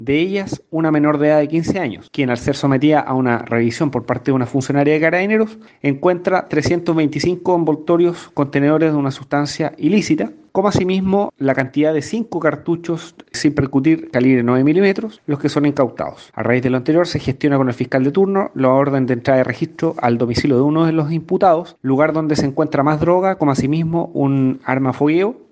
de ellas una menor de edad de 15 años, quien al ser sometida a una revisión por parte de una funcionaria de Carabineros encuentra 325 envoltorios contenedores de una sustancia ilícita, como asimismo la cantidad de 5 cartuchos sin percutir calibre 9 milímetros, los que son incautados. A raíz de lo anterior se gestiona con el fiscal de turno la orden de entrada de registro al domicilio de uno de los imputados, lugar donde se encuentra más droga, como asimismo un arma fogueo,